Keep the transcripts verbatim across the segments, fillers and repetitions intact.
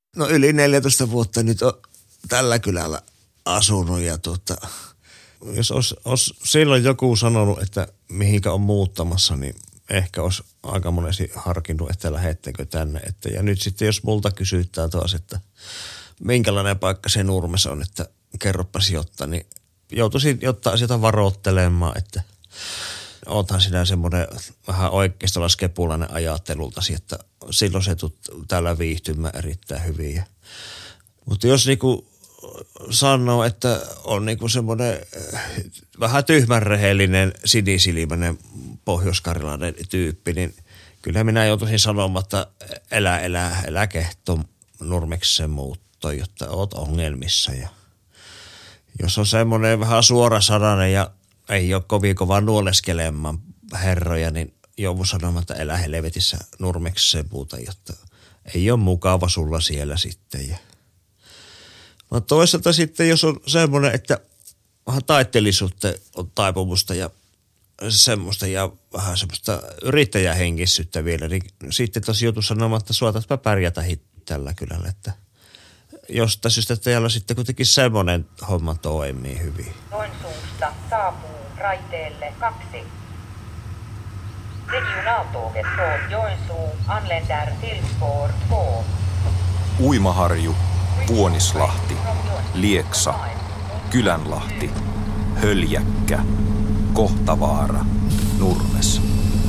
No yli neljätoista vuotta nyt on tällä kylällä asunut ja tuota, jos olisi, olisi silloin joku sanonut, että mihinkä on muuttamassa, niin ehkä olisi aika monesti harkinnut, että lähettekö tänne. Että, ja nyt sitten jos multa kysyttää taas, että minkälainen paikka se Nurmes on, että kerropa sijoittaa, niin joutuisin jotain sieltä varoittelemaan, että oothan sinä semmoinen vähän oikeistolaskepulainen ajattelultasi, että silloin se tulet täällä viihtymään erittäin hyvin. Mutta jos niinku sanoo, että on niinku semmoinen vähän tyhmänrehellinen, sinisilmäinen pohjoiskarjalainen tyyppi, niin kyllä minä joutuisin sanomaan, että elä, elä, elä kehto Nurmeksen muuttoon, jotta oot ongelmissa. Ja jos on semmoinen vähän suorasanainen ja ei ole kovin kova nuoleskelemaan herroja, niin joudun sanomaan, että elä helvetissä Nurmekseen muuta, jotta ei ole mukava sulla siellä sitten. Ja mutta toisaalta sitten, jos on semmoinen, että vähän taitteellisuutta on taipumusta ja semmoista ja vähän semmoista yrittäjähenkisyyttä vielä, niin sitten tosi joutuu sanomaan, että suotatpa pärjätä tällä kylällä, että jostain syystä täällä sitten kuitenkin semmoinen homma toimii hyvin. Joensuusta saapuu raiteelle kaksi. Regionaltåget från Joensuu anländer till spår två. Uimaharju, Vuonislahti, Lieksa, Kylänlahti, Höljäkkä, Kohtavaara, Nurmes.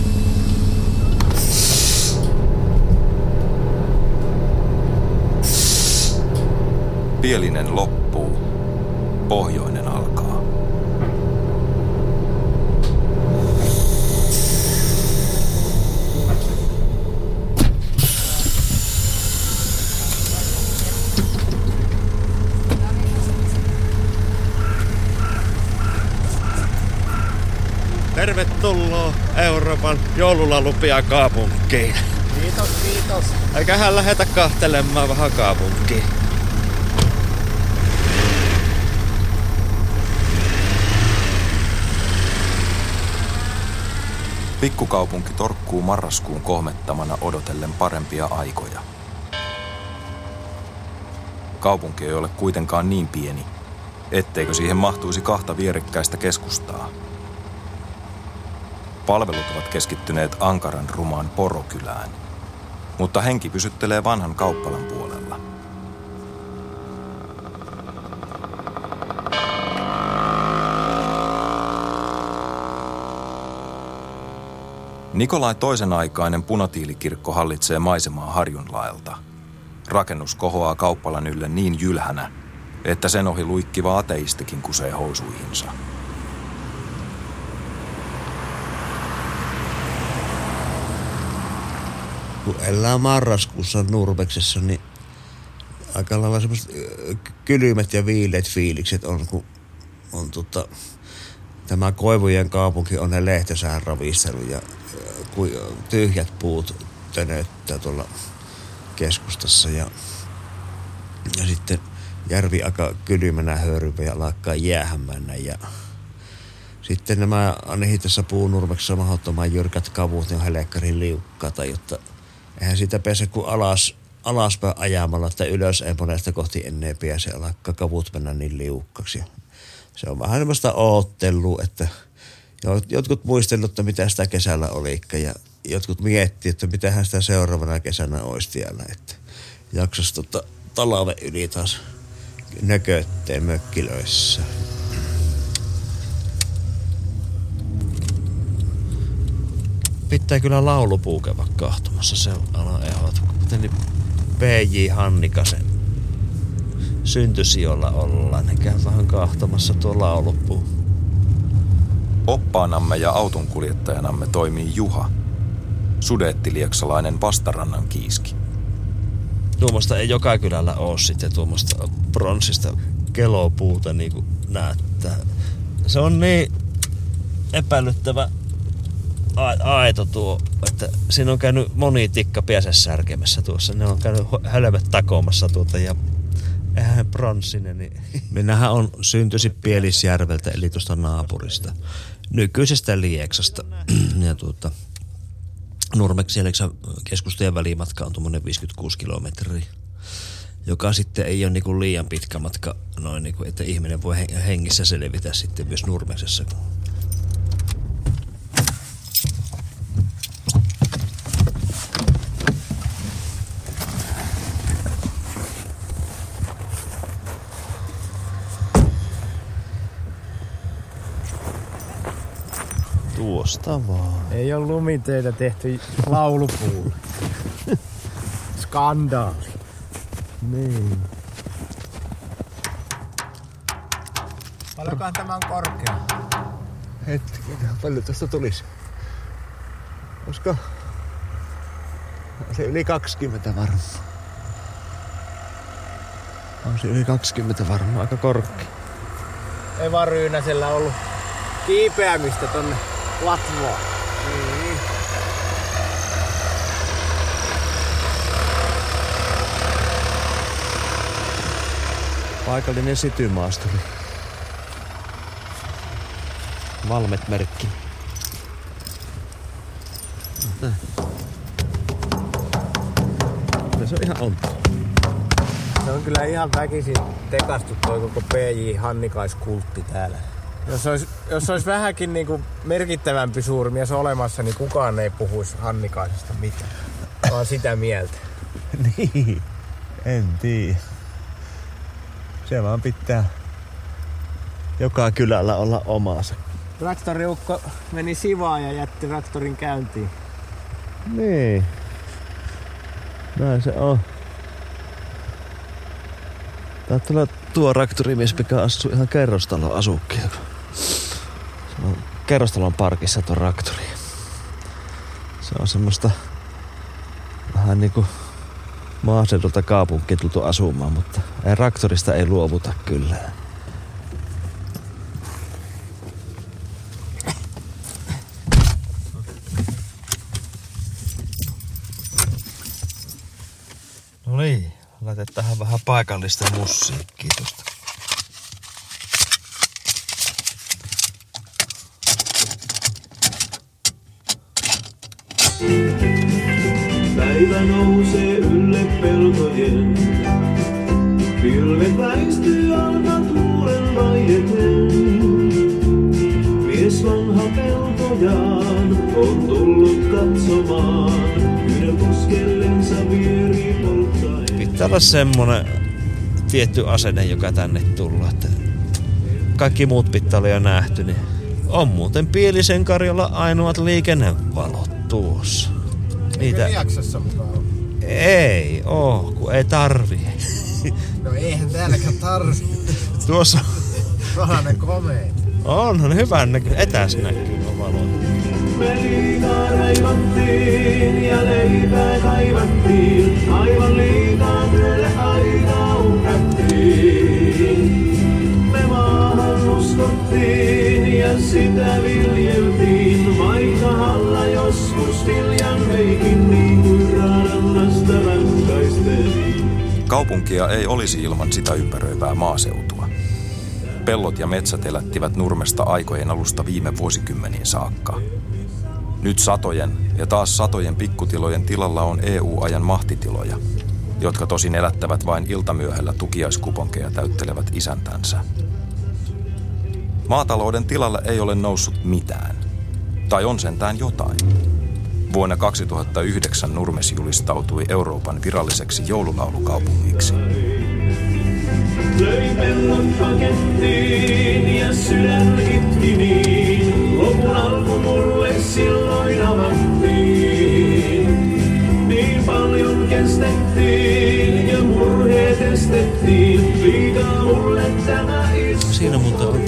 Pielinen loppuu, pohjoinen alkaa. Tervetuloa Euroopan joululalupia kaupunkiin. Kiitos, kiitos. Eiköhän lähetä kahtelemaan vähän kaupunkiin. Pikkukaupunki torkkuu marraskuun kohmettamana odotellen parempia aikoja. Kaupunki ei ole kuitenkaan niin pieni, etteikö siihen mahtuisi kahta vierekkäistä keskustaa. Palvelut ovat keskittyneet ankaran rumaan Porokylään, mutta henki pysyttelee vanhan kauppalan puolella. Nikolai toisen aikainen punatiilikirkko hallitsee maisemaa Harjunlaelta. Rakennus kohoaa kauppalan ylle niin jylhänä, että sen ohi luikkiva ateistikin kusee housuihinsa. Kun elää marraskuussa Nurmeksessa, niin aika lailla semmoiset kylmät ja viileät fiilikset on, kun on tota, tämä Koivujen kaupunki on ne Lehtösään ravistelu ja tyhjät puut tönöttää tuolla keskustassa ja, ja sitten järvi aika kylmänä höyryvä ja lakkaa jäähän mennä ja sitten nämä Anihitassa puunurmeksessa mahdottoman jyrkät kavut, ne on helekkarin liukkaata, jotta eihän siitä pääse kuin alas, alaspäin ajamalla, että ylös ei monesta kohti ennen pääse, alkaa kavut mennä niin liukkaksi. Se on vähän semmoista oottelua, että jotkut muistellut, että mitä sitä kesällä oliikka ja jotkut miettii, että mitähän sitä seuraavana kesänä olisi siellä, että jaksas tota talven yli taas nökötteen mökkilöissä. Pitää kyllä laulupuu käydä kahtomassa, se on aina ehdot. Kuten niin P J Hannikasen syntysijolla ollaan, niin käy vähän kahtomassa tuo laulupuu. Oppaanamme ja autonkuljettajanamme toimii Juha, sudeettilieksalainen Vastarannan kiiski. Tuommoista ei joka kylällä ole sitten tuommoista pronssista kelopuuta niin kuin näyttää. Se on niin epäilyttävä aito tuo, että siinä on käynyt moni tikka piäsä särkemässä tuossa. Ne on käynyt hölmät takomassa tuota ja eihän pronssinen. Niin. Minähän on syntyisi Pielisjärveltä eli tuosta naapurista. Nykyisestä Lieksasta. Ja tuota, Nurmeksi ja Lieksan keskustojen välimatka on tuommoinen viisikymmentäkuusi kilometriä. joka sitten ei ole niinku liian pitkä matka, noin niinku, että ihminen voi hengissä selvitä sitten myös Nurmesessa. Tuosta vaan. Ei ole lumitöitä tehty laulupuulle. Skandaali. Niin. Paljonkohan tämä on korkea? Hetkinen, paljon tästä tulisi? Olisiko se yli kaksikymmentä varmaan? On se yli kaksikymmentä varmaan, aika korkea. Ei vaan Ryynäsellä ollut kiipeämistä tonne Latvoaan. Niin. Paikallinen sitymaasturi. Valmet-merkki. Se on ihan onto. Se on kyllä ihan väkisin tekastu toi koko P J Hannikaiskultti täällä. Jos olisi, jos olisi vähänkin niinku merkittävämpi suurmies olemassa, niin kukaan ei puhuisi Hannikaisesta mitään. Vaan sitä mieltä. Niin, en tiedä. Se vaan pitää joka kylällä olla omansa. Traktoriukko meni sivaan ja jätti traktorin käyntiin. Niin. Näin se on. Taitaa olla tuo traktorimies, mikä asuu ihan kerrostalon asukkia. Se on kerrostalon parkissa tuo traktori. Se on semmoista vähän niinku maaseudulta kaupunkiin tultu asumaan, mutta ei traktorista ei luovuta kyllä. No niin, laitetaan vähän paikallista musiikkia tosta. Päivä nousee ylle peltojen, pilvet väistyy alta tuulen vaieten. Mies vanha peltojaan on tullut katsomaan, yhden poskellensa vieri polttaen. Pitää olla semmonen tietty asenne, joka tänne tullut, että kaikki muut pitää olla jo nähty, niin on muuten Pielisen Karjalla ainoat liikennevalot tuossa. Niitä Liaksassa mukaan on. ei oo, kun ei tarvii. No eihän täälläkään tarvii. Tuossa Onhan ne komeet. onhan hyvän näkö, etäs näkyy nuo valot. Me liikaa raivattiin ja leipää kaivattiin, aivan liikaa työlle aikaa uhrattiin. Me maahan uskottiin ja sitä viljeltiin, vaikka halla joskus viljan veikin niin kuin raadannasta rankaisten. Kaupunkia ei olisi ilman sitä ympäröivää maaseutua. Pellot ja metsät elättivät Nurmesta aikojen alusta viime vuosikymmeniin saakka. Nyt satojen ja taas satojen pikkutilojen tilalla on E U-ajan mahtitiloja, jotka tosin elättävät vain iltamyöhällä tukiaiskuponkeja täyttelevät isäntänsä. Maatalouden tilalle ei ole noussut mitään. Tai on sentään jotain. Vuonna kaksituhattayhdeksän Nurmes julistautui Euroopan viralliseksi joululaulukaupungiksi. Löi pellot pakettiin ja sydän itki niin, lopun alku mulle silloin avattiin. Niin paljon kestettiin ja murheet estettiin, liikaa mulle tämä isku. Siinä muuten on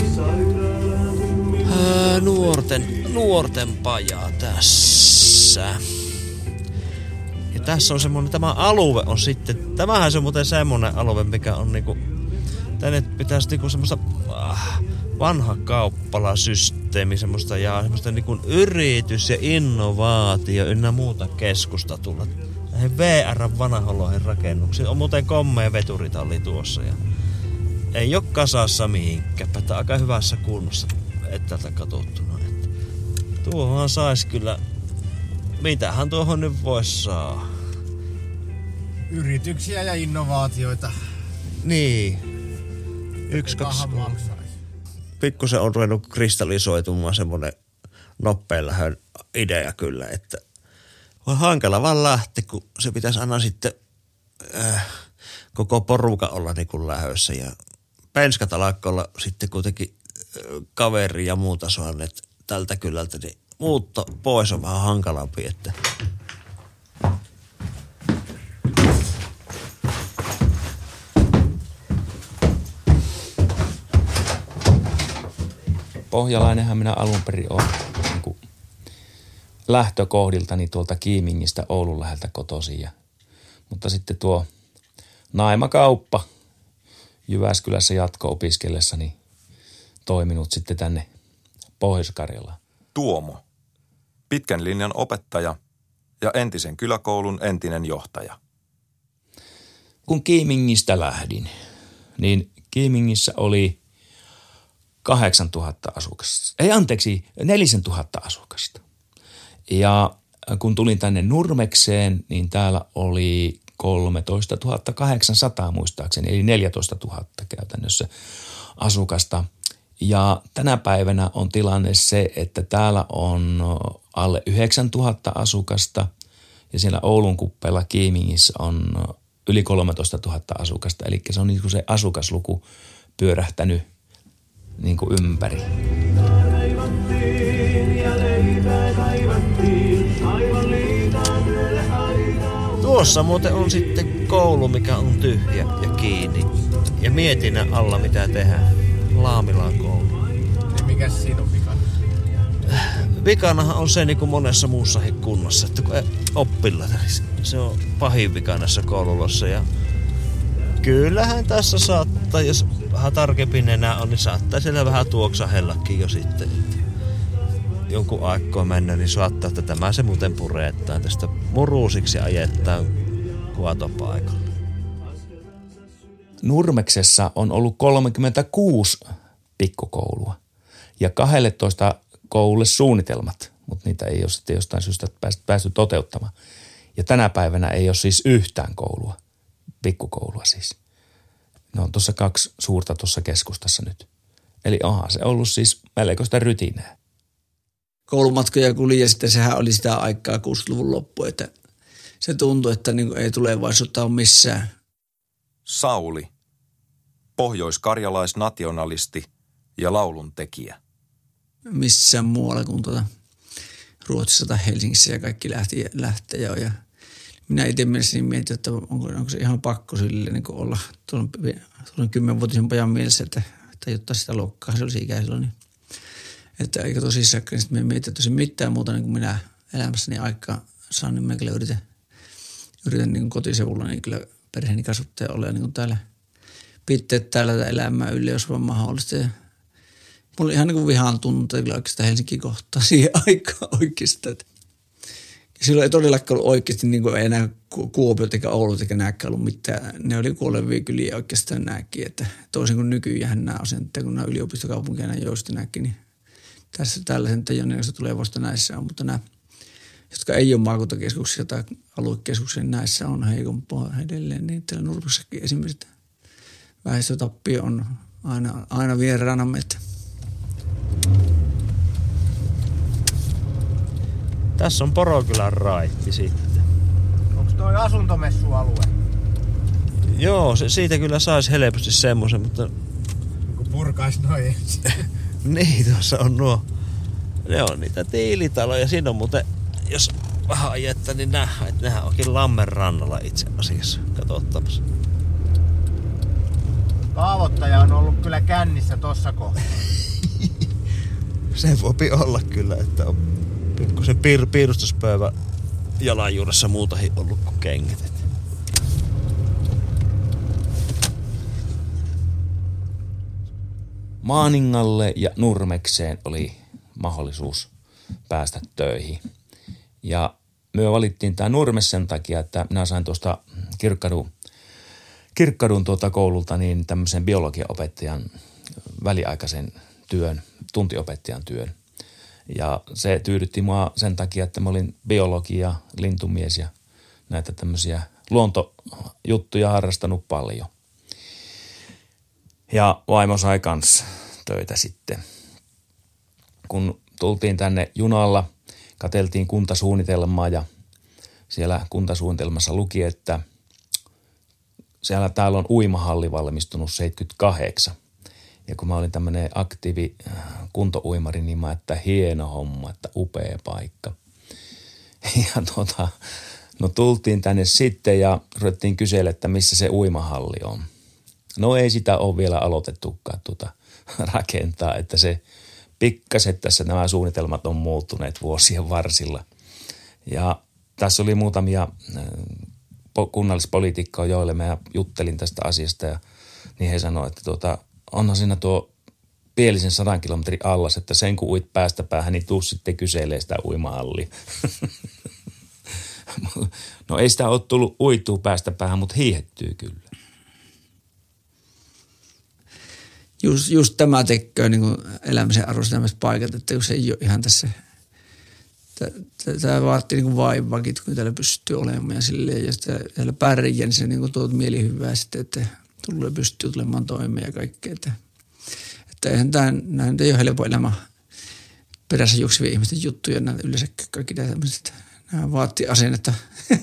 Ää, nuorten, nuorten paja tässä. Ja tässä on semmonen, tämä alue on sitten, tämähän se on muuten semmonen alue, mikä on niinku, tänne pitäisi niinku semmoista ah, vanha kauppalasysteemi, semmoista ja semmoista niinku yritys ja innovaatio ynnä muuta keskusta tulla. Näihin V R:n vanholoihin rakennuksiin. On muuten kommea veturitalli tuossa ja ei oo kasassa mihinkään, että aika hyvässä kunnossa etäältä katsottuna. Että tuohon sais kyllä, mitähän tuohon nyt vois saa? Yrityksiä ja innovaatioita. Niin. Yksi, kaksi. Pikkusen on ruvennut kristallisoitumaan semmoinen nopean lähön idea kyllä, että on hankala vaan lähteä, kun se pitäisi aina sitten äh, koko poruka olla niin kuin lähössä. Ja penskat alkaa olla sitten kuitenkin äh, kaveri ja muuta saaneet tältä kylältä, niin muutto pois on vähän hankalampi, että pohjalainenhan minä alun perin olen niin lähtökohdiltani tuolta Kiimingistä Oulun läheltä kotoisin. Ja, mutta sitten tuo naimakauppa Jyväskylässä jatko-opiskellessani toiminut sitten tänne Pohjois-Karjalaan. Tuomo, pitkän linjan opettaja ja entisen kyläkoulun entinen johtaja. Kun Kiimingistä lähdin, niin Kiimingissä oli kahdeksantuhatta asukasta. Ei anteeksi, neljätuhatta asukasta. Ja kun tulin tänne Nurmekseen, niin täällä oli kolmetoistatuhatta kahdeksansataa muistaakseni, eli neljätoistatuhatta käytännössä asukasta. Ja tänä päivänä on tilanne se, että täällä on alle yhdeksäntuhatta asukasta ja siellä Oulun kuppeella Kiimingissä on yli kolmetoistatuhatta asukasta. Eli se on niin kuin se asukasluku pyörähtänyt niin kuin ympäri. tuossa muuten on sitten koulu, mikä on tyhjä ja kiinni. Ja mietinä alla mitä tehdään. Laamilan koulu. Niin mikäs siinä on vikana? Vikanahan on se niin kuin monessa muussakin kunnassa, että kun oppilaita, se on pahin vika näissä koululossa. Ja kyllähän tässä saattaa, jos vähän tarkempi nenä on, niin saattaa siellä vähän tuoksahellakin jo sitten. Jonkun aikaa mennä, niin saattaa, että tämä se muuten pureettaan tästä muruusiksi ajettaan kuatopaikalla. Nurmeksessa on ollut kolmekymmentäkuusi pikkukoulua ja kaksitoista koululle suunnitelmat, mutta niitä ei ole sitten jostain syystä päästy toteuttamaan. Ja tänä päivänä ei ole siis yhtään koulua, pikkukoulua siis. Ne on tuossa kaksi suurta tuossa keskustassa nyt. Eli onhan se ollut siis melkoista rytinää. Koulumatkoja kulin ja sitten sehän oli sitä aikaa kuusikymmentäluvun loppu, että se tuntui, että niin ei tulevaisuutta ole missään. Sauli, pohjois-karjalaisnationalisti ja lauluntekijä. Missään muualla kuin tuota Ruotsissa tai Helsingissä ja kaikki lähti, lähtee jo. Ja minä itse mielessäni mietin, että onko, onko se ihan pakko sille niin olla tuolla, tuolla kymmenvuotisen pojan mielessä, että, että jotta sitä luokkaa se olisi ikäisellä. Niin, että eikä tosissaan, niin sitten mietin, että tosi mitään muuta niin kuin minä elämässäni aikaa saan, niin minä kyllä yritän, yritän niin kotiseudulla niin kyllä perheeni kasvattaja olla ja niin täällä pitää täällä elämää yllä, jos vaan mahdollista. Ja mulla oli ihan niin kuin vihaan tuntua kyllä oikeastaan Helsinkiin kohtaa siihen aikaan oikeastaan. Ja silloin ei todellakaan ollut oikeasti niin kuin enää Kuopiot eikä Oulut eikä nääkään ollut mitään. Ne oli kuolevia kyliä oikeastaan nääkin. Että toisin kuin nykyään nämä asenteet, kun nämä yliopistokaupunkia nämä joista nääkin, niin tässä tällaisen jonneksi tulee vasta näissä on, mutta nämä, jotka ei ole maakuntakeskuksia tai aluekeskuksia, niin näissä on heikompaa edelleen. Niin täällä Nurmeksessakin esimerkiksi väestötappio on aina, aina vieraanamme. Tässä on Porokylän raitti sitten. Onko toi asuntomessualue? Joo, se, siitä kyllä saisi helposti semmoisen, mutta Kun purkais noin. niin, tuossa on nuo, ne on niitä tiilitaloja. Siinä on muuten, jos vähän ajettaa, niin nähdään, että nehän onkin Lammen rannalla itse asiassa katsottamassa. Kaavoittaja on ollut kyllä kännissä tossa kohtaa. Se voi olla kyllä, että on pikkusen piir- piirustuspöydä jalanjuuressa muutakin ollut kuin kengät. Maaningalle ja Nurmekseen oli mahdollisuus päästä töihin. Ja me valittiin tämä Nurmes sen takia, että minä sain tuosta Kirkkadun, Kirkkadun tuota koululta niin tämmöisen biologiaopettajan väliaikaisen työn, tuntiopettajan työn. Ja se tyydytti mua sen takia, että mä olin biologi ja lintumies ja näitä tämmöisiä luontojuttuja harrastanut paljon. Ja vaimo sai kanssa töitä sitten. Kun tultiin tänne junalla, katseltiin kuntasuunnitelmaa ja siellä kuntasuunnitelmassa luki, että siellä täällä on uimahalli valmistunut seitsemänkymmentäkahdeksan. Ja kun mä olin tämmöinen aktiivi kuntouimari, niin mä, että hieno homma, että upea paikka. Ja tuota, no tultiin tänne sitten ja ruvettiin kysellä, että missä se uimahalli on. No ei sitä ole vielä aloitettukaan tuota rakentaa, että se pikkaset tässä nämä suunnitelmat on muuttuneet vuosien varsilla. Ja tässä oli muutamia kunnallispoliitikkoja, joille mä juttelin tästä asiasta ja niin he sanoivat, että tuota, onhan siinä tuo pielisen sadan kilometrin allas, että sen kun uit päästä päähän, niin tuu sitten kyselee sitä uimahallia. No ei sitä ole tullut uitua päästä päähän, mutta hiihettyy kyllä. Just, just tämä tekee niin elämisen arvosta nämä paikat, että kun se ei ole ihan tässä, tämä vaatii niin vaivaakin, kun täällä pystyy olemaan ja silleen, jos täällä pärjää, niin se niin tuot mielihyvää sitten, että tulee pystyy tulemaan toimeen ja kaikkea. Että, että eihän tämä, näin ei ole helppo elämä perässä juoksivien ihmisten juttuja, nämä yleensä kaikki nämä tämmöiset, nämä vaatii asennetta.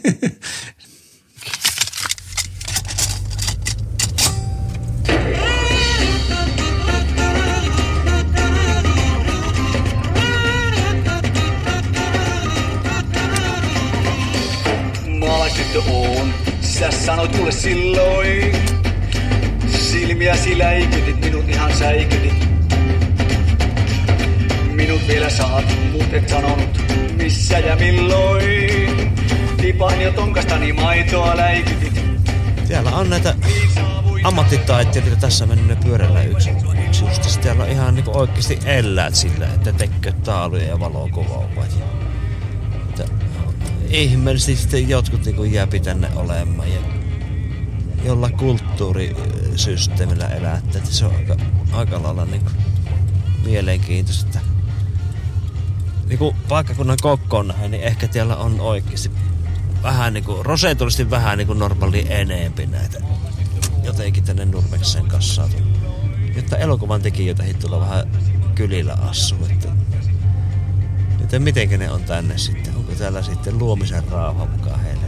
Maalaistyttö on, sä sanoit mulle silloin. Silmiäsi läikytit, minut ihan säikytit. Minut vielä saat, mut et sanonut missä ja milloin. Tipan jo tonkastani maitoa läikytit. Täällä on näitä ammattitaiteilijoita tässä mennyt pyörällä yksi. yksi just. Täällä on ihan niinku oikeasti elläät sillä, että tekee tauluja ja valokuvauvat. Ihmeellisesti sitten jotkut niinku jääpi tänne olemaan ja jolla kulttuurisysteemillä elättää, että se on aika, aika lailla niinku mielenkiintoista. Niinku paikkakunnan kokkoon näin, niin ehkä täällä on oikeasti vähän niinku, prosentuaalisesti vähän niinku normaali enempi näitä jotenkin tänne Nurmekseen kassaan. Jotta elokuvan tekijöitä tulla vähän kylillä asuu, että että mitenkä ne on tänne sitten? Onko täällä sitten luomisen rauha mukaan heille?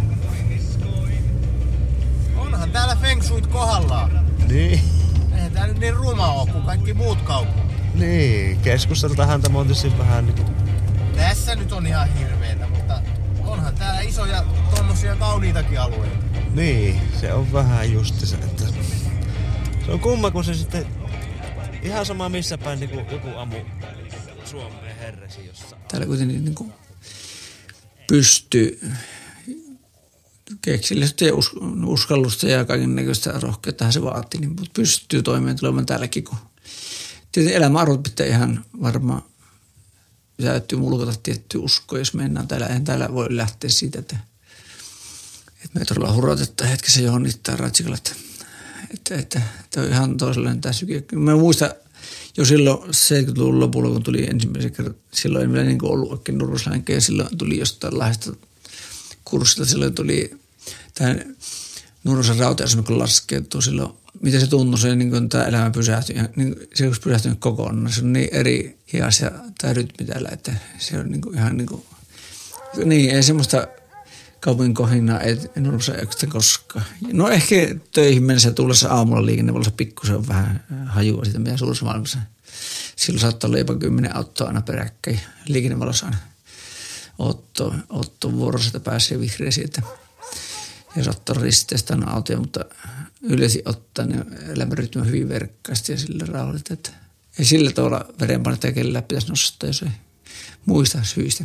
Onhan täällä feng shuit kohdallaan. Niin. Eihän tää nyt niin ruma oo kuin kaikki muut kaupungit. Niin, keskusteltahan tämä on tietysti vähän niinku... Tässä nyt on ihan hirveetä, mutta onhan täällä isoja tommosia kauniitakin alueita. Niin, se on vähän justissa, että... Se on kumma, kun se sitten... Ihan sama missä päin niinku joku amu Suomeen herresi jossain. Täällä kuitenkin niin kuin pystyy keksillisyyttä ja uskallusta ja kaiken näköistä rohkeuttahan se vaatii, niin pystyy toimeen tulemaan täälläkin. Kun tietysti elämäarvot pitää ihan varmaan täytyy mulkata tiettyä uskoa, jos mennään täällä. En täällä voi lähteä siitä, että, että me todella hurautetaan hetkessä johon niitä ratsikalla. Että, että, että, että on ihan toisenlainen tämä syke. Mä muistan jo silloin seitsemänkymmentäluvun lopulla, kun tuli ensimmäisen kerran, silloin en vielä niin ollut oikein nurmoslainkin ja silloin tuli jostain lahdesta kurssista, silloin tuli tähän Nurmosen rautaasema, kun laskeutuu silloin, miten se tuntui, se niin kuin tämä elämä pysähtyi, niin, se olisi pysähtynyt kokonaan. Se on niin eri hias ja tämä rytmi täällä, että se on niin kuin, ihan niin kuin, niin ei semmoista kaupungin kohinaa en ollut se oikeastaan koskaan. No ehkä töihin mennessä tullessa aamulla liikennevalossa pikkusen on vähän hajua siitä meidän suurissa maailmassa. Silloin saattaa olla jopa kymmenen autoa aina peräkkäin. Liikennevalossa aina otto, otto vuorossa, että pääsee vihreä siitä. Ja saattaa risteestä aina autoja, mutta yleisesti ottaen elämänrytmi on hyvin verkkaasti ja sillä rauhoitetaan, että ei sillä tavalla verenpainetta kellään pitäisi nostaa, jos ei muista syistä.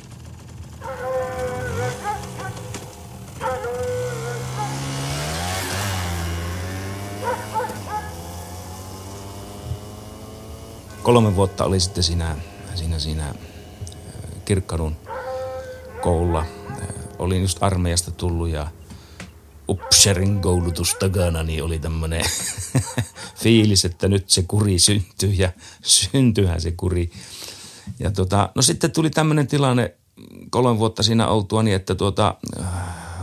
Kolme vuotta oli sitten siinä, siinä, siinä Kirkkarun koululla. Olin just armeijasta tullut ja upserin koulutus takana, niin oli tämmöinen fiilis, että nyt se kuri syntyy ja syntyyhän se kuri. Ja tota, no sitten tuli tämmöinen tilanne kolme vuotta siinä oltua niin, että tuota,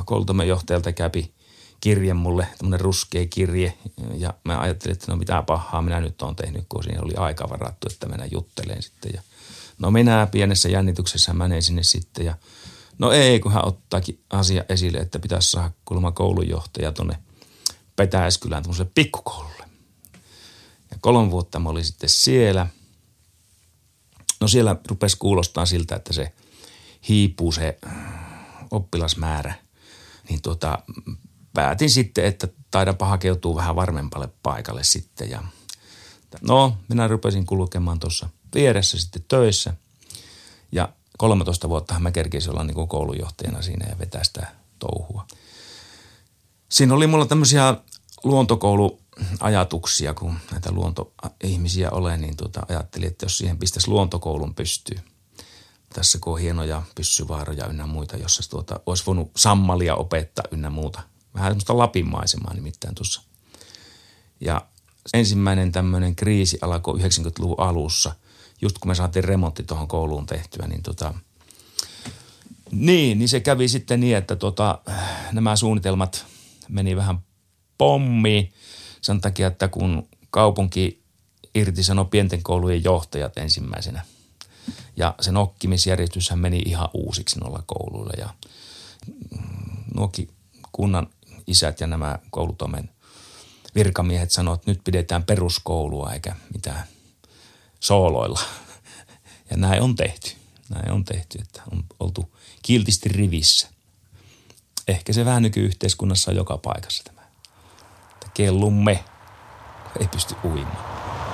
koulutoimen johtajalta kävi kirje mulle, tämmöinen ruskea kirje. Ja mä ajattelin, että no mitä pahaa minä nyt oon tehnyt, kun siinä oli aika varattu, että minä juttelen sitten. Ja no minä pienessä jännityksessä menen sinne sitten ja no ei, kun hän ottaakin asia esille, että pitäisi saada kuulemma koulunjohtaja tuonne Petäjäskylään tämmöiselle pikkukoululle. Ja kolme vuotta mä olin sitten siellä. No siellä rupesi kuulostaa siltä, että se hiipuu se oppilasmäärä. Niin tuota, päätin sitten, että taidanpa hakeutua vähän varmempalle paikalle sitten. Ja no, minä rupesin kulkemaan tuossa vieressä sitten töissä. Ja kolmetoista vuottahan mä kerkesin olla niin kuin koulunjohtajana siinä ja vetää sitä touhua. Siinä oli mulla tämmöisiä luontokouluajatuksia, kun näitä luontoihmisiä olen, niin tuota, ajattelin, että jos siihen pistäisi luontokoulun pystyyn. Tässä kun on hienoja pyssyvaaroja ynnä muita, jossa tuota, olisi voinut sammalia opettaa ynnä muuta. Vähän semmoista lapinmaisemaa nimittäin tuossa. Ja ensimmäinen tämmöinen kriisi alkoi yhdeksänkymmentäluvun alussa. Just kun me saatiin remontti tuohon kouluun tehtyä, niin tota, niin, niin se kävi sitten niin, että tota, nämä suunnitelmat meni vähän pommiin sen takia, että kun kaupunki irtisanoi pienten koulujen johtajat ensimmäisenä ja se nokkimisjärjestyshän meni ihan uusiksi noilla kouluilla ja nuokin kunnan isät ja nämä koulutoimen virkamiehet sanoivat, että nyt pidetään peruskoulua eikä mitään sooloilla. Ja näin on tehty. Näin on tehty, että on oltu kiltisti rivissä. Ehkä se vähän nykyyhteiskunnassa on joka paikassa tämä. Että kellumme, ei pysty uimaan.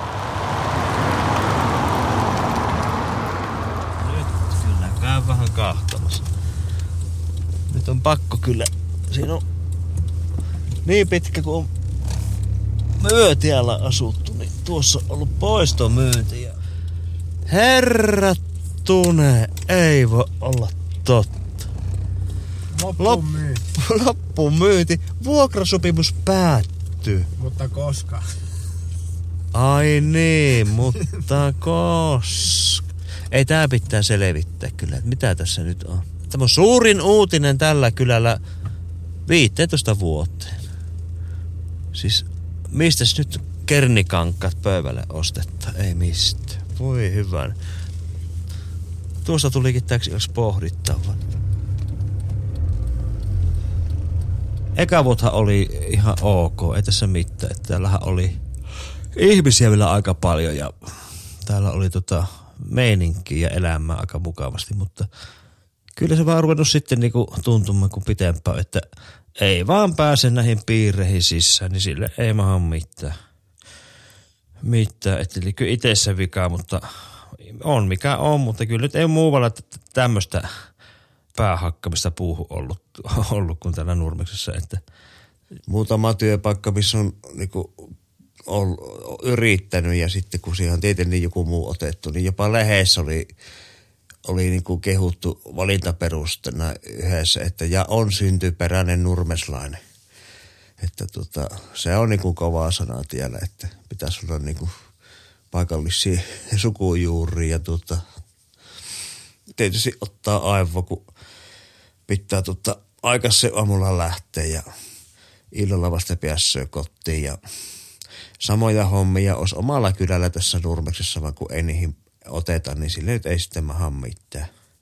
Nyt kyllä käy vähän kahtamassa. Nyt on pakko kyllä. Siinä on niin pitkä kuin on Myötiällä asuttu, niin tuossa on ollut poistomyynti ja herrattune, ei voi olla totta. Loppuun myynti. Loppuun myynti. Vuokrasopimus päättyy. Mutta koska? Ai niin, mutta koska? Ei tää pitää selvittää kyllä, että mitä tässä nyt on. Tämä on suurin uutinen tällä kylällä viisitoista vuoteen. Siis mistäs nyt kernikankat pöydälle ostetta? Ei mistä. Voi hyvän. Tuosta tulikin täksi yksi pohdittava. Eka vuothan oli ihan ok, ei tässä mitään. Että täällähän oli ihmisiä vielä aika paljon ja täällä oli tota meininkiä ja elämää aika mukavasti, mutta kyllä se vaan ruvennut sitten niinku tuntumaan kuin pitempään, että ei vaan pääse näihin piireihin sisään, niin sille ei maha mitään. Mitään, että eli kyllä itsessä vikaa, mutta on mikä on, mutta kyllä nyt ei muualla tämmöistä päähakkamista puuhun ollut, ollut kuin täällä Nurmeksessa, että muutama työpaikka, missä on niinku ollut, yrittänyt ja sitten kun siihen on tietenkin joku muu otettu, niin jopa lehdessä oli oli niinku kehuttu valintaperusteena yhdessä, että ja on syntyperäinen nurmeslainen. Että tota, se on niinku kovaa sanaa tiellä, että pitäisi olla niinku paikallisia sukujuuria ja tota, tietysti ottaa aivo, kun pitää tota aikaisin aamulla lähteä ja illalla vasta pääsee kotiin ja samoja hommia olisi omalla kylällä tässä Nurmeksessa, vaan kun ei niihin oteta, niin sille nyt ei sitten maha mitään.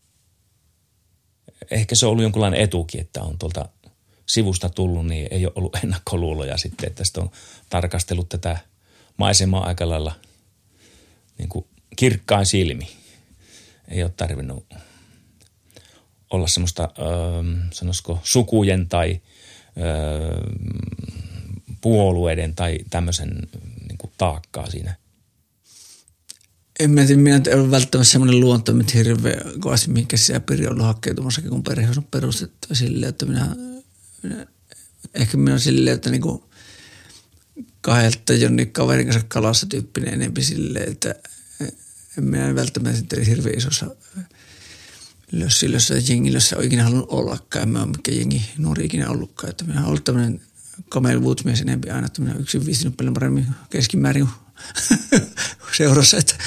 Ehkä se on ollut jonkunlainen etukin, että on tuolta sivusta tullut, niin ei ole ollut ennakkoluuloja sitten, että sitten on tarkastellut tätä maisemaa aika lailla niin kuin kirkkain silmi. Ei ole tarvinnut olla semmoista, öö, sanoisiko, sukujen tai öö, puolueiden tai tämmöisen niin kuin taakkaa siinä. En mä tiedä, minä en ole välttämättä semmoinen luonto, mitä hirveän kovasti mihinkä siellä Piri on ollut hakkeutumassakin, kun perhe on perustettu silleen, että minä, minä ehkä minä olen silleen, että niinku kahdelta jonkin kaverin kanssa kalassa tyyppinen enempi silleen, että en minä välttämättä sitten hirveän isossa lössilössä ja jengilössä ole ikinä halunnut ollakaan. En mä ole mikään jengi nuori ikinä ollutkaan, että minä olen ollut tämmöinen kamelvuutsmies enempi aina, että minä olen yksin viihtynyt paljon paremmin keskimäärin kuin seurassa, että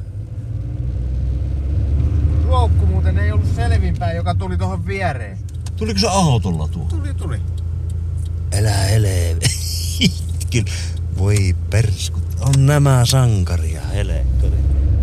Luokku muuten ei ollut selvinpäin, joka tuli tuohon viereen. Tuliko se autolla tuo? Tuli, tuli. Älä ele. Kyllä. Voi perskut. On nämä sankaria, helekköri.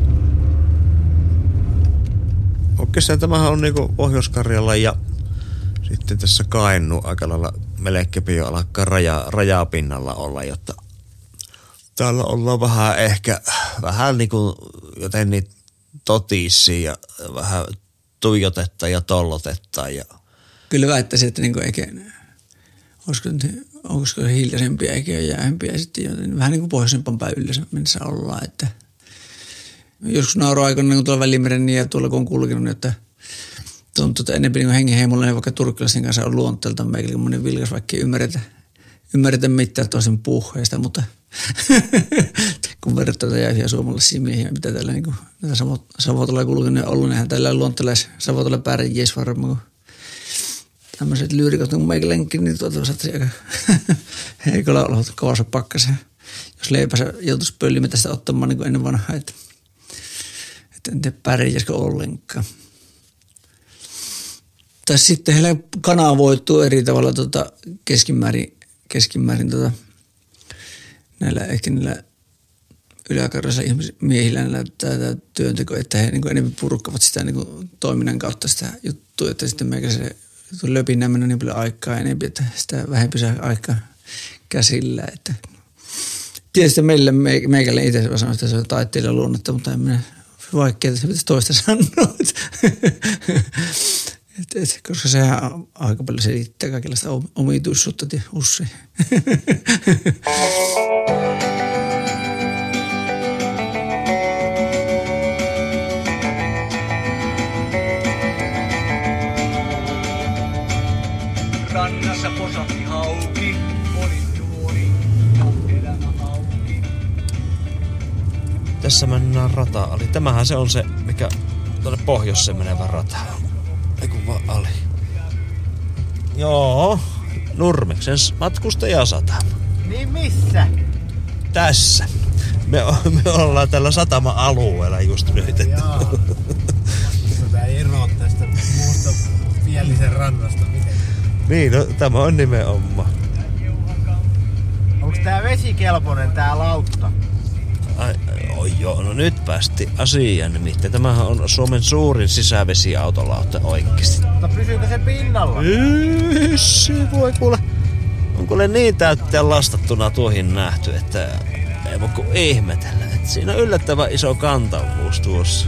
Oikeastaan tämähän on niinku Pohjois-Karjala ja sitten tässä Kainuu aika lailla melkein jo alkaa raja, rajapinnalla olla, jotta täällä ollaan vähän ehkä, vähän niinku jotenkin totissia ja vähän tuijotetta ja tollotetta. Ja kyllä väittäisin, että niinku eikä, olisiko, onko se hiljaisempia eikä jäähempiä sitten joten vähän niin kuin pohjoisempaan päin yleensä mennessä ollaan, että joskus nauroaikoina kun tuolla Välimeren ja tuolla kun on kulkenut, että tuntuu, että enemmän niin hengenheimolla, niin vaikka turkkilaisten kanssa on luonteelta meikä monen vilkas, vaikka ei ymmärretä, ymmärretä mitään toisen puheesta, mutta kun verrataan jäihiä suomalaisia miehiä, mitä täällä niin kuin, näitä Savotolla kulkenut ja ollut, nehän täällä luontelais Savotolla pärjäis varmaan, kun tämmöiset lyyrikot, niin kun meikälenkin, niin tuota saattaisi aika heikolla olla kovassa pakkaseen. Jos leipänsä joutuisi pöllimetästä ottamaan niin kuin ennen vanhaa, että, että en tiedä pärjäisikö ollenkaan. Tai sitten heillä kanavoituu eri tavalla tota keskimäärin, keskimäärin tota, näillä ehkä niillä yläkarjassa miehillä näyttää tämä työnteko, että he niin enemmän purukkavat sitä niin toiminnan kautta sitä juttua, että sitten meikä se löpinä mennä niin paljon aikaa enemmän, että sitä vähempi saa aikaa käsillä. Että tietysti meille, meikälle itse sanoa, että se on taiteilijan luonnetta, mutta en minä vaikea, että se pitäisi toista sanoa. Et, et, koska sehän aika paljon selittää kaikenlaista omituisuutta usein. Rannassa posahti hauki, oli nuori ja elämä auki. Tässä mennään rata ali. Tämähän se on se, mikä tuonne pohjoiseen menevä rata on. Ei kun vaan ali. Joo, Nurmeksen matkustajasatama. Niin missä? Tässä. Me, me ollaan tällä satama-alueella just nyt. Jaa. Tämä ei eroa tästä muusta Pielisen rannasta miten. Niin, no, tämä on nimenomaan. Onks tää vesikelpoinen tää lautta? Ai, oi joo, no nyt päästi asiaan nimittäin. Tämähän on Suomen suurin sisävesiautolautta oikeesti. Mutta pysyykö se pinnalla? Yssi, voi kuule. On kuule niin täytteen lastattuna tuohin nähty, että ei voi kuin ihmetellä. Että siinä on yllättävän iso kantavuus tuossa.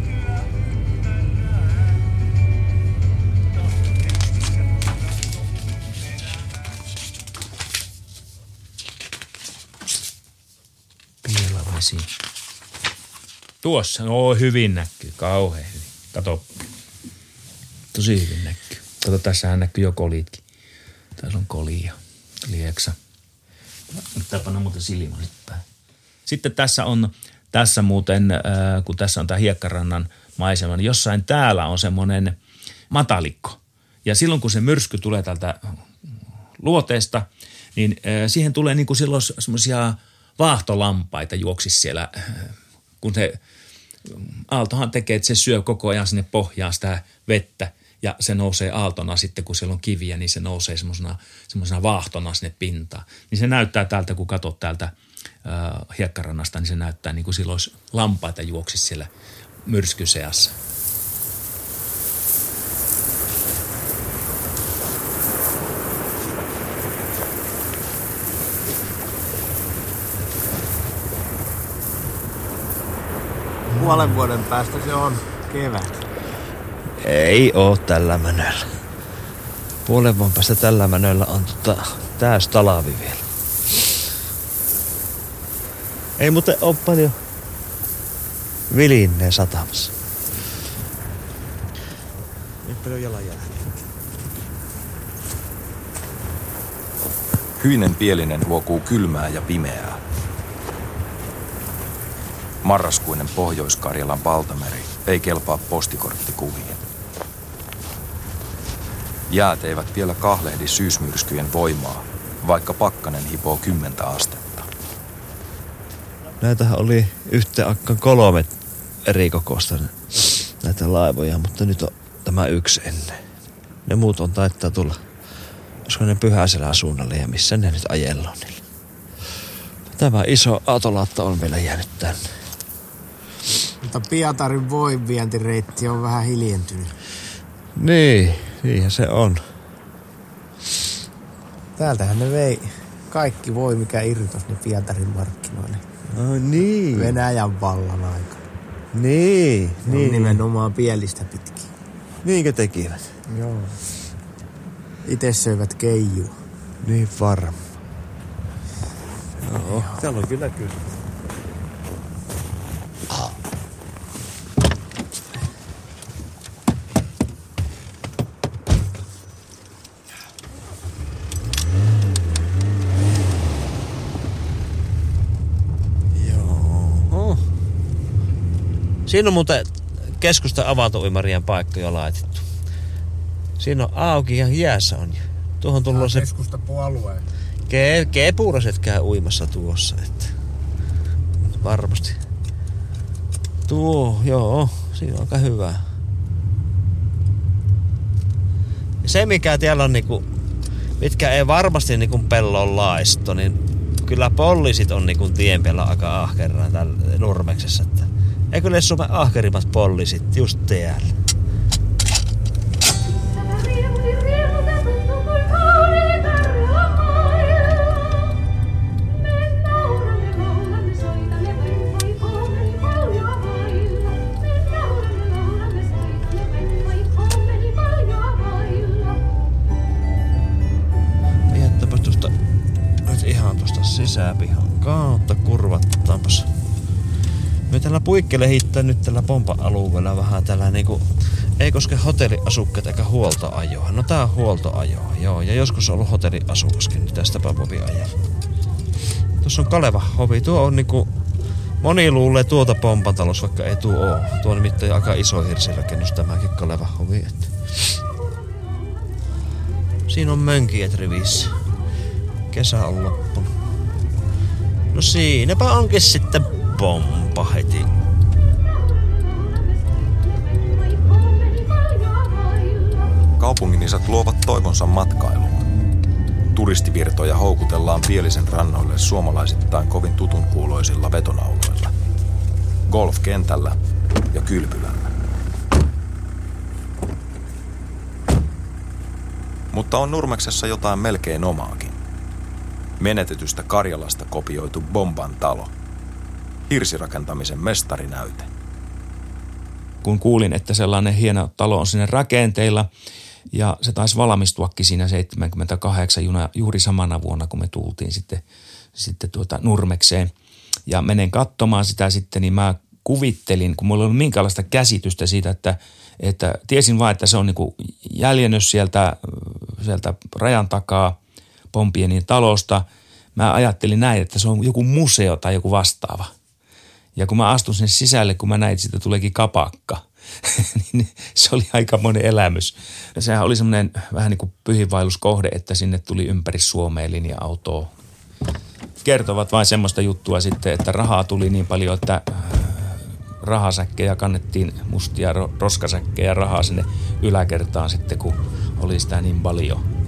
Piilavesi. Tuossa, no hyvin näkyy, kauhean hyvin. Kato, tosi hyvin näkyy. Kato, tässähän näkyy jo kolitkin. Tässä on koli ja lieksa. Pitää panna muuten silmälit päin. Sitten tässä on, tässä muuten, äh, kun tässä on tämä Hiekkarannan maisema, niin jossain täällä on semmoinen matalikko. Ja silloin, kun se myrsky tulee täältä luoteesta, niin äh, siihen tulee niin kuin silloin semmoisia vaahtolampaita juoksisi siellä, kun se aaltohan tekee, että se syö koko ajan sinne pohjaan sitä vettä ja se nousee aaltona sitten, kun siellä on kiviä, niin se nousee semmoisena, semmoisena vaahtona sinne pintaan. Niin se näyttää täältä, kun katsot täältä äh, Hiekkarannasta, niin se näyttää niin kuin silloin lampaita juoksisi siellä myrskyseassa. Puolen vuoden päästä se on kevät. Ei oo tällä mänöllä. Puolen vuoden päästä tällä mänöllä on tota, täys talavi vielä. Ei muuten oo paljon vilinneen satamassa. Niin paljon jalanjälkeä. Hyinen pielinen huokuu kylmää ja pimeää. Marraskuinen Pohjois-Karjalan valtameri ei kelpaa postikorttikuviin. Jäät eivät vielä kahlehdi syysmyrskyjen voimaa, vaikka pakkanen hipoo kymmentä astetta. Näitähän oli yhteen aikaan kolme eri kokoista näitä laivoja, mutta nyt on tämä yksi ennen. Ne muut on taittaa tulla. Olisiko ne Pyhäselän asunnalle ja missä ne nyt ajellaan niillä. Tämä iso autolaatto on vielä jäänyt tänne. Mutta Pietarin voinvientireitti on vähän hiljentynyt. Niin, niinhän se on. Täältähän ne vei kaikki voi, mikä irtosi ne Pietarin markkinoille. No niin. Venäjän vallan aika. Niin, ne niin. On nimenomaan pielistä pitkin. Niinkö tekivät? Joo. Itse söivät keijua. Niin varma. Joo, täällä on kyllä kyllä. Joo. Siinä on muuten keskustan avantouimarien paikkoja laitettu. Siinä on auki ja jäässä on. Tuohon tullut se... Keskustapuolueen. Ke- kepuraset käy uimassa tuossa, että varmasti. Tuo, joo, siinä on aika hyvä. Se mikä täällä on niinku, mitkä ei varmasti niinku pellon laisto, niin kyllä poliisit on niinku tien päällä aika ahkerana täällä Nurmeksessa. Että eikö ne Suomen ahkerimmat poliisit just täällä? Sisäpihan kautta kurvattaanpas. Me täällä puikkele hittää nyt tällä pompa-alueella vähän tällä niinku, ei koske hotelliasukkaita eikä huoltoajoa. No tää on huoltoajoa, joo. Ja joskus on ollut hotelliasukaskin, niin tästäpä Bobi ajaa. Tuossa on Kaleva hovi. Tuo on niinku, moni luulee tuota pompatalous, vaikka ei tuo oo. Tuo on nimittäin aika iso hirsirakennus tämäkin Kaleva hovi. Että. Siinä on mönkiet rivissä. Kesä on loppunut. No siinäpä onkin sitten pompa heti. Kaupungin isät luovat toivonsa matkailuun. Turistivirtoja houkutellaan Pielisen rannoille suomalaisittain kovin tutun kuuloisilla vetonauloilla. Golfkentällä ja kylpylällä. Mutta on Nurmeksessa jotain melkein omaakin. Menetetystä Karjalasta kopioitu Bomban talo. Hirsirakentamisen mestarinäyte. Kun kuulin, että sellainen hieno talo on sinne rakenteilla ja se taisi valmistuakin siinä seitsemänkymmentäkahdeksan juna, juuri samana vuonna, kun me tultiin sitten, sitten tuota Nurmekseen. Ja menen katsomaan sitä sitten, niin mä kuvittelin, kun mulla ei ollut minkäänlaista käsitystä siitä, että, että tiesin vaan, että se on niin kuin jäljennös sieltä, sieltä rajan takaa Pompienin talosta. Mä ajattelin näin, että se on joku museo tai joku vastaava. Ja kun mä astun sinne sisälle, kun mä näin, että siitä tuleekin kapakka, niin se oli aikamoinen elämys. Ja sehän oli semmoinen vähän niin kuin pyhinvaelluskohde, että sinne tuli ympäri Suomea linja-autoa. Kertovat vain semmoista juttua sitten, että rahaa tuli niin paljon, että rahasäkkejä kannettiin, mustia roskasäkkejä rahaa sinne yläkertaan sitten, kun oli sitä niin paljon.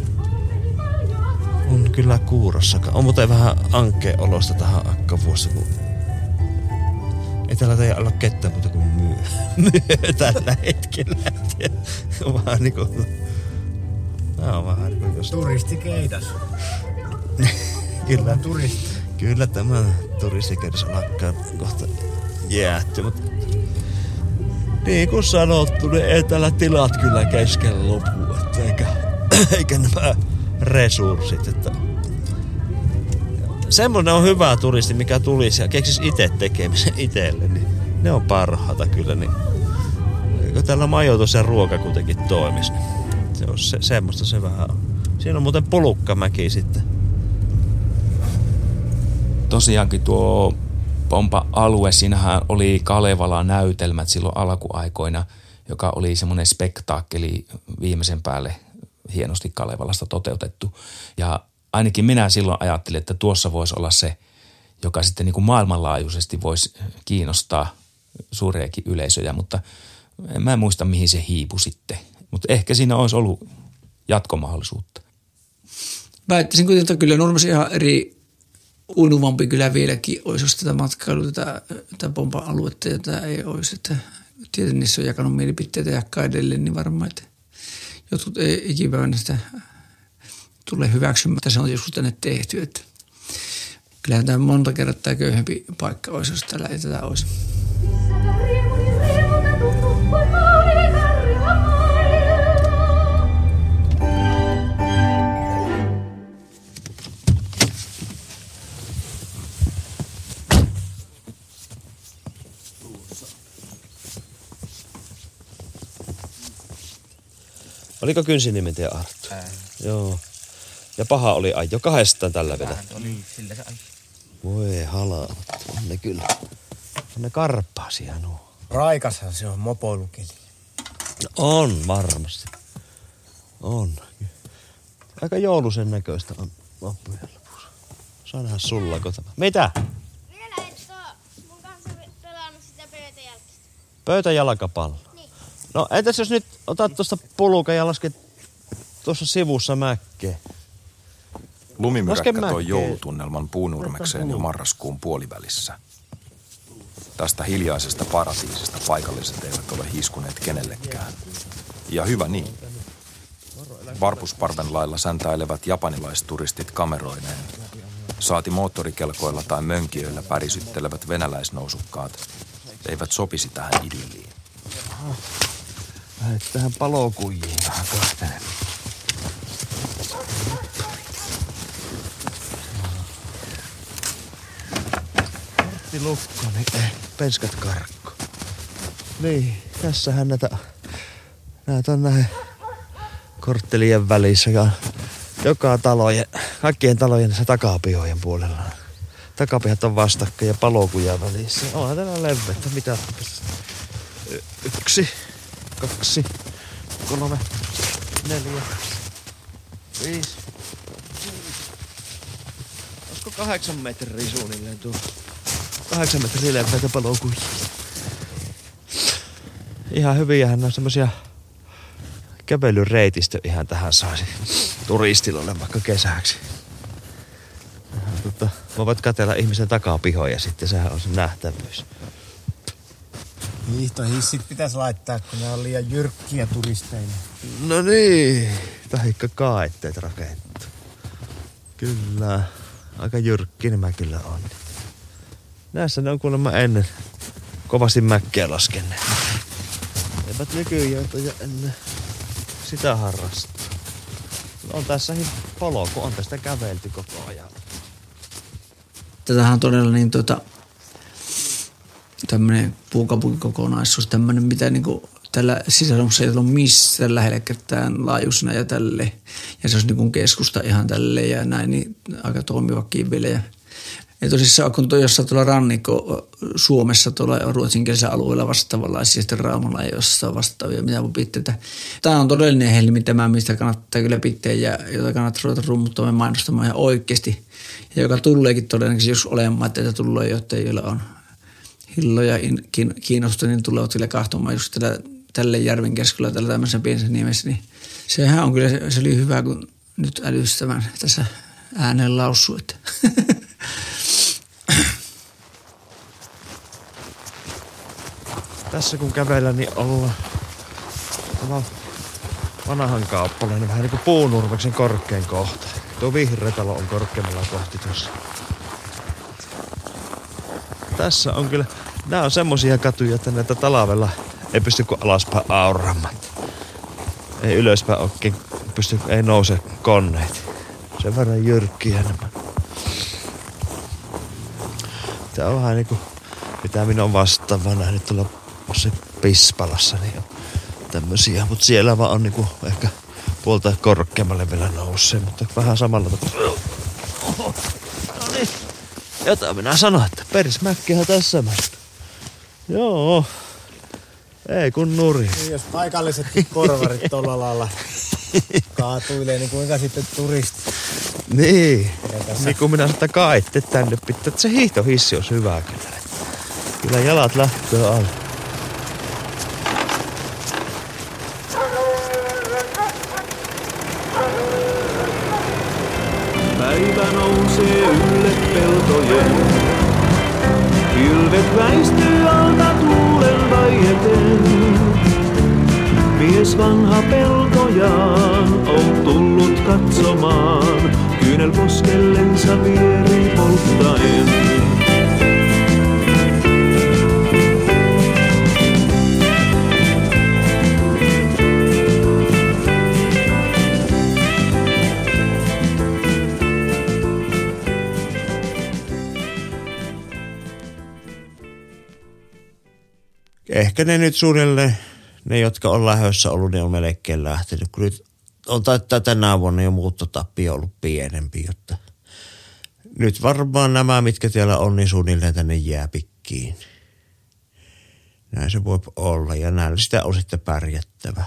On kyllä kuurossakaan. On muuten vähän ankeen olosta tähän akkavuossa, kun ei täällä teidän olla ketään muuta kuin myö. myö tällä hetkellä. Vaan niinku... Tää on vähän niinku just... Turistikeidas. Kyllä. Turisti. Kyllä tämä turistikeidas on akkaan kohta jäätty, mutta... Niin kuin sanottu, niin ei täällä tilat kyllä kesken lopu, että eikä, eikä nämä resurssit, että... Semmoinen on hyvä turisti, mikä tulisi ja keksisi itse tekemisen itselle, niin ne on parhaata kyllä, niin kun täällä majoitus ja ruoka kuitenkin toimisi, niin se on se, semmoista se vähän on. Siinä on muuten Pulukkamäki sitten. Tosiaankin tuo Pompa-alue, siinähän oli Kalevalan näytelmät silloin alkuaikoina, joka oli semmoinen spektaakkeli viimeisen päälle hienosti Kalevalasta toteutettu. Ja ainakin minä silloin ajattelin, että tuossa voisi olla se, joka sitten niin kuin maailmanlaajuisesti voisi kiinnostaa suuriakin yleisöjä, mutta en mä muista mihin se hiipui sitten. Mutta ehkä siinä olisi ollut jatkomahdollisuutta. Väittäisin kuitenkin, että kyllä Nurmessa ihan eri uinuvampi kyllä vieläkin olisi, jos tätä matkailua, tätä, tätä pompa-aluetta, jota ei olisi. Että tietenkin niissä on jakanut mielipiteitä jakkaa edelleen, niin varmaan, että jotkut ei ikipäivänä sitä tule hyväksymättä. Se on joskus tänne tehty, että kyllähän tämä monta kertaa köyhempi paikka olisi, jos täällä ei tätä olisi. Oliko Kynsiniemen tie Arttu? Joo. Ja paha oli ajo kahdestaan tällä vedä. Oli, sillä se ajo. Voi halaa. On ne kyllä. On ne karppaasia nuo. Raikashan se on mopoilukeli. No on varmasti. On. Aika joulusen näköistä on loppujen lopussa. Saa nähdä sulla kotona. Mitä? Vielä et saa mun kanssa pelannut sitä pöytäjalkista. Pöytäjalkapallo. Niin. No entäs jos nyt otat tuosta pulukan ja lasket tuossa sivussa mäkkeä? Lumimyräkkä toi joulutunnelman Puunurmekseen jo marraskuun puolivälissä. Tästä hiljaisesta paratiisista paikalliset eivät ole hiskuneet kenellekään. Ja hyvä niin. Varpusparven lailla säntäilevät japanilaisturistit kameroineen. Saati moottorikelkoilla tai mönkijöillä pärisyttelevät venäläisnousukkaat eivät sopisi tähän idylliin. Lähet tähän palokujiin vähän kahtelemaan. Kortti lukko, niin eh, penskat karkko. Niin, tässähän näitä, näitä on näin korttelien välissä ja joka talojen, kaikkien talojen se takapihojen puolella. Takapihat on vastakkain ja palokuja välissä. Onhan täällä levettä, mitä? Yksi, kaksi, kolme, neljä, viisi. Olisiko kahdeksan metriä suunnilleen tuo? Kahdeksan metriä leveitä palokuja. Ihan hyviähän on semmosia kävelyreitistö ihan tähän saisi turistiloille vaikka kesäksi. Tota, mä voit katsella ihmisen takapihoja ja sitten sehän on se nähtävyys. Hiihtohissit pitäisi laittaa, kun ne on liian jyrkkiä turisteille. No niin, tahikka kaetteet rakentu. Kyllä, aika jyrkki nämä kyllä on. Näissä ne on kuulemma ennen kovasti mäkkeä laskenneet. Eivät nykyään ja ennen sitä harrastaa. On tässäkin polku, on tästä kävelty koko ajan. Tätähän on todella niin tuota, tämmöinen puukaupunkikokonaisuus, tämmöinen mitä niinku tällä sisällössä ei ole missään lähellä ketään laajuisena ja tälle. Ja se olisi niin kuin keskusta ihan tälle ja näin, niin aika toimivakin vielä. Ja, ja tosissaan kun tuo jossain tuolla rannikko Suomessa tuolla ruotsinkielisellä alueella vastaavanlaisia, sitten Raumalla ei jossain vastaavia, mitä voi pitää. Tämä on todellinen helmi tämä, mistä kannattaa kyllä pitää ja jota kannattaa ruveta rummuttamaan ja mainostamaan ihan oikeasti. Ja joka tuleekin todennäköisesti, jos olemaan, että tulee, jotta joilla on hilloja kiinnostunut, niin tulevat vielä kahtomaan just tällä, tälle järven keskellä tällä tämmöisessä pienessä nimessä. Niin sehän on kyllä, se, se oli hyvä, kun nyt älystämään tässä ääneen lausuu, että tässä kun kävellään, niin ollaan vanhan kauppalle, niin vähän niin kuin Puunurmeksen korkein kohta. Tuo vihreä talo on korkeammalla kohti tuossa. Tässä on kyllä, nämä on semmosia katuja, että näitä talvella ei pysty kuin alaspäin auramaan. Ei ylöspäin oikein pysty, ei nouse koneet. Sen verran jyrkkiä nämä. Tää on vähän niinku, mitä minä on vastaavaa nähnyt tuolla se Pispalassa, niin on tämmösiä. Mut siellä vaan on niinku ehkä puolta korkeammalle vielä nousee, mutta vähän samalla tavalla. Oho. No niin. Jota minä sanoin, että persmäkkihän tässä mästä. Joo. Ei kun nuri. Niin, jos paikallisetkin korvarit tolla lailla kaatuilee, niin kuinka sitten turistit? Niin. Niin kun minä sitä kaitte tänne pitää, että se hiihtohissi olisi hyvä kyllä. Kyllä jalat lähtöä alle. päivä nousee ylle peltojen. Pilvet väistyy alta tuulen vaieten. Mies vanha peltojaan on tullut katsomaan, kyynel poskellensa vieri polttaen. Ehkä ne nyt suunnilleen, ne jotka on lähdössä ollut, ne on melkein lähtenyt. Kun nyt on taitaa tänä vuonna jo muuttotappio ollut pienempi, jotta nyt varmaan nämä, mitkä siellä on, niin suunnilleen tänne jää pikkiin. Näin se voi olla ja näillä sitä on sitten pärjättävä.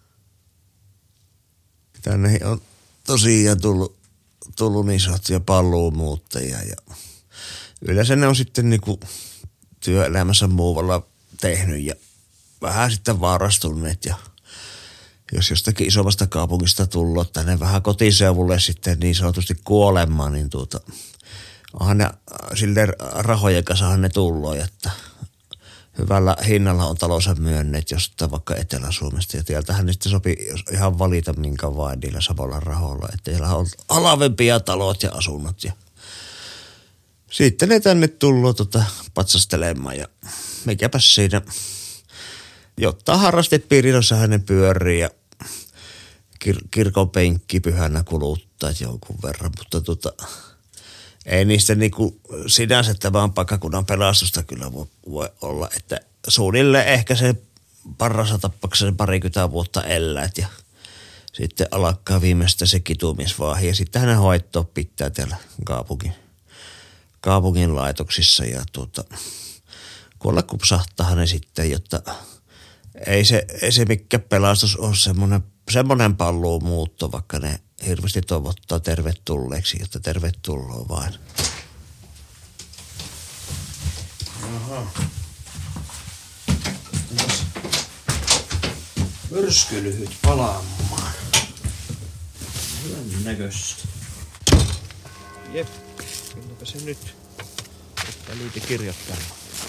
Tänne on tosiaan tullut, tullut niin sanottuja paluumuuttajia ja yleensä ne on sitten niinku työelämässä muualla tehnyt ja vähän sitten vaarastuneet ja jos jostakin isommasta kaupungista tullut tänne vähän kotiseudulle sitten niin sanotusti kuolemaan, niin tuota, onhan ne silleen rahojen kanssa ne tullut, että hyvällä hinnalla on talonsa myönneet jostain vaikka Etelä-Suomesta ja tieltähän ne sitten sopii ihan valita minkä vain niillä samalla rahoilla, että siellä on halvempia talot ja asunnot ja sitten ne tänne tullut tota, patsastelemaan ja mikäpäs siinä, jotta harrastepiirissä hänen pyörii ja kir- kirkon penkki pyhänä kuluttaa jonkun verran, mutta tota, ei niistä niinku sinänsä tämän paikkakunnan pelastusta kyllä voi, voi olla, että suunnilleen ehkä se parhaassa tapauksessa parikymmentä vuotta elät ja sitten alkaa viimeistä se kitumisvaihe ja sitten hänen hoitoa pitää täällä kaupungin, kaupungin laitoksissa ja tuota, kuolla kupsahtaa ne sitten, jotta ei se, ei se mikään pelastus ole semmoinen, semmoinen paluumuutto, vaikka ne hirveästi toivottaa tervetulleeksi, jotta tervetuloa vain. Aha. Myrskylyhyt palaamaan. Hyvän näköistä. Jep, kylläpä se nyt. Ottaa liiti kirjoittamaan.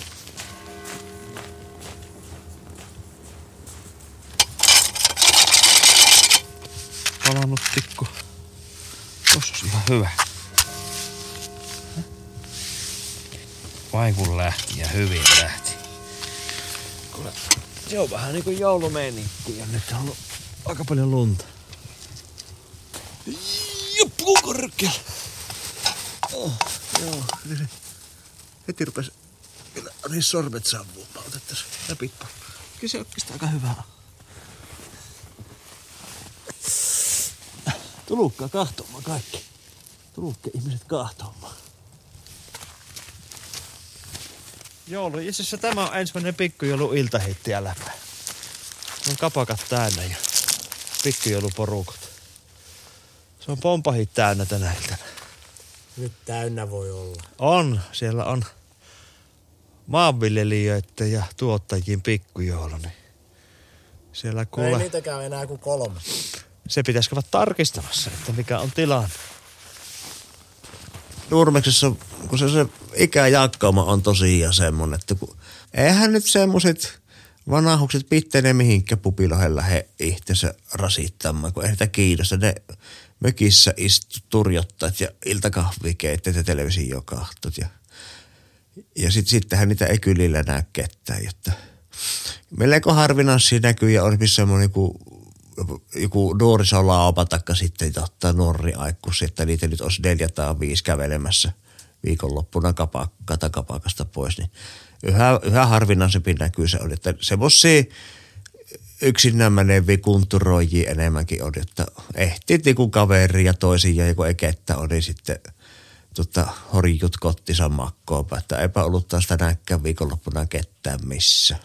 Palannut tikku. Tossa on ihan hyvä. Vai kun lähti ja hyvin lähti. Kuule, se on vähän niinku joulumeininki ja nyt on ollut aika paljon lunta. Joppu korkealla. Oh, joo, se heti rupes kyllä niin sormet sammumaan. Otettaisiin läpi. Kyllä se oikeastaan aika hyvää. Tulukkaa kahtomaan kaikki. Tulukkaa ihmiset kahtomaan. Joulu, itse asiassa tämä on ensimmäinen pikkujoulu iltahitti ja läpä. On kapakat täynnä ja pikkujouluporukot. Se on pompahit täynnä tänä iltana. Nyt täynnä voi olla. On, siellä on maanviljelijöiden ja tuottajien pikkujoulu. Niin siellä kuule... Ei niitäkään enää kuin kolme. Se pitäisi käydä tarkistamassa, että mikä on tilanne. Nurmeksessa, kun se, se ikäjakkauma on tosiaan semmonen, että kun eihän nyt semmoset vanahukset pitene mihinkään pupilohen lähde itseensä rasittamaan, kun ei niitä kiinnosta. Ne mökissä istu turjottajat ja iltakahvia keitteet ja televisio kahtot. Ja, ja sit, sittenhän niitä ei kylillä näy ketään, jotta melko harvinaisia näkyy ja on semmoinen kuin joku nuorisolaupa taikka sitten ottaa nuori aikuisia, että niitä nyt olisi neljä tai viisi kävelemässä viikonloppuna kapakka tai kapakasta pois, niin yhä, yhä harvinaisempi näkyy se on, että semmoisia yksinään meneviä kunturoijia enemmänkin on, että ehtii niinku kaveri ja toisia ja kun ei kettä on, niin sitten tota, horjut kottinsa makkoonpa, että eipä ollut taas tänäänkään viikonloppuna ketään missä.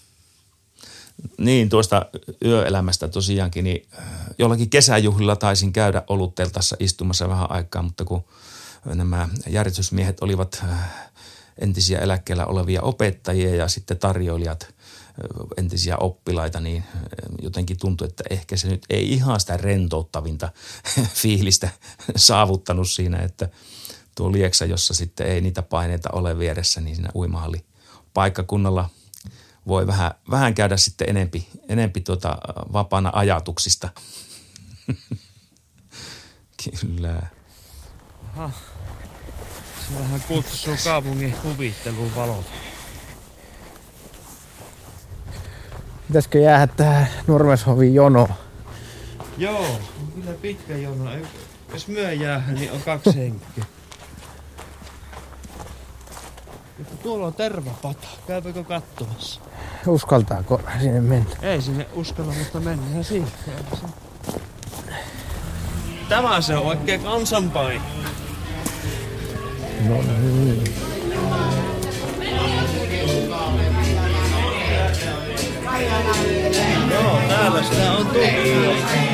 Niin, tuosta yöelämästä tosiaankin, niin jollakin kesäjuhlilla taisin käydä olutteltassa istumassa vähän aikaa, mutta kun nämä järjestysmiehet olivat entisiä eläkkeellä olevia opettajia ja sitten tarjoilijat entisiä oppilaita, niin jotenkin tuntui, että ehkä se nyt ei ihan sitä rentouttavinta fiilistä saavuttanut siinä, että tuo Lieksa, jossa sitten ei niitä paineita ole vieressä, niin siinä uimahalli paikkakunnalla voi vähän, vähän käydä sitten enempi, enempi tuota vapaana ajatuksista. Kyllä. Aha. Se vähän kutsuu kaupungin huvitteluun valot. Pitäisikö jäädä tähän Nurmeshovin jonoon? Joo, on kyllä pitkä jono. Jos myö jäähän, niin on kaksi henkeä. Tuolla on tervapata. Käypääkö katsomassa? Uskaltaako sinne mennä? Ei sinne uskalla, mutta mennään siinä. Tämä se on oikein kansanpaikka. No niin. Joo, täällä sitä on tullut.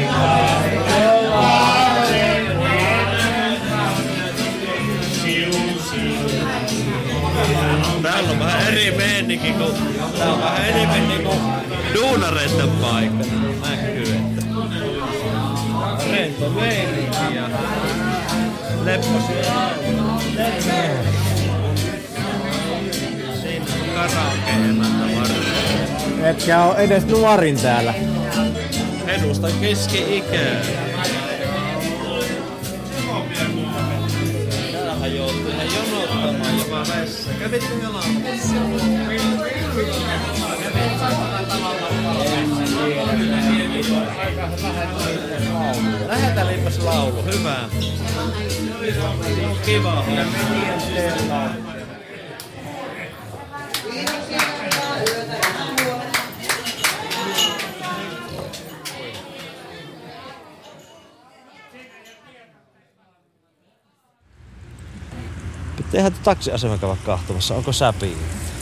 Täällä on vähän eri meininki, kun tää on vähän enemmän niinku duunareiden paikka. Näkyy, että rento meininki ja lepposia laulua. Siinä on karaoke-emäntä varmaan. Etkä oo edes nuorin täällä. Edustan keski-ikää. Täällähän joutuu ihan jonottamaan jopa vessa. Kävitkö jo laulumassa? Lähetään liipas laulu. Hyvä. Kiva. Pitää ihan taksiaseman käydä kahtomassa. Onko säpiä?